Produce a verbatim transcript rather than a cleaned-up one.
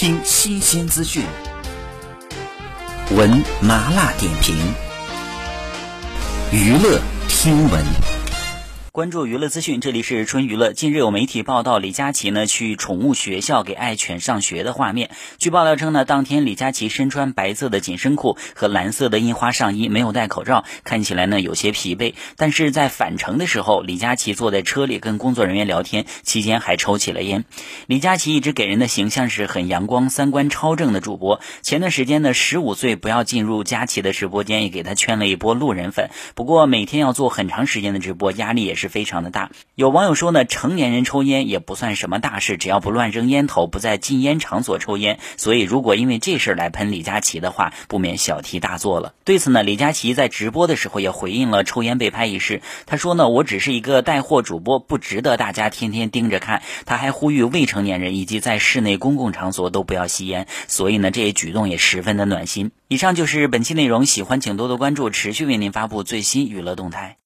听新鲜资讯，闻麻辣点评，娱乐听闻。 关注娱乐资讯，这里是春娱乐。近日有媒体报道李佳琦呢去宠物学校给爱犬上学的画面。据爆料称呢，当天李佳琦身穿白色的紧身裤和蓝色的印花上衣，没有戴口罩，看起来呢有些疲惫。但是在返程的时候，李佳琦坐在车里跟工作人员聊天，期间还抽起了烟。李佳琦一直给人的形象是很阳光、三观超正的主播。前段时间呢，十五岁不要进入佳琦的直播间，也给他圈了一波路人粉。不过每天要做很长时间的直播，压力也是非常的大。有网友说呢，成年人抽烟也不算什么大事，只要不乱扔烟头，不在禁烟场所抽烟。所以如果因为这事来喷李佳琦的话，不免小题大做了。对此呢，李佳琦在直播的时候也回应了抽烟被拍一事。他说呢，我只是一个带货主播，不值得大家天天盯着看。他还呼吁未成年人以及在室内公共场所都不要吸烟，所以呢，这些举动也十分的暖心。以上就是本期内容，喜欢请多多关注，持续为您发布最新娱乐动态。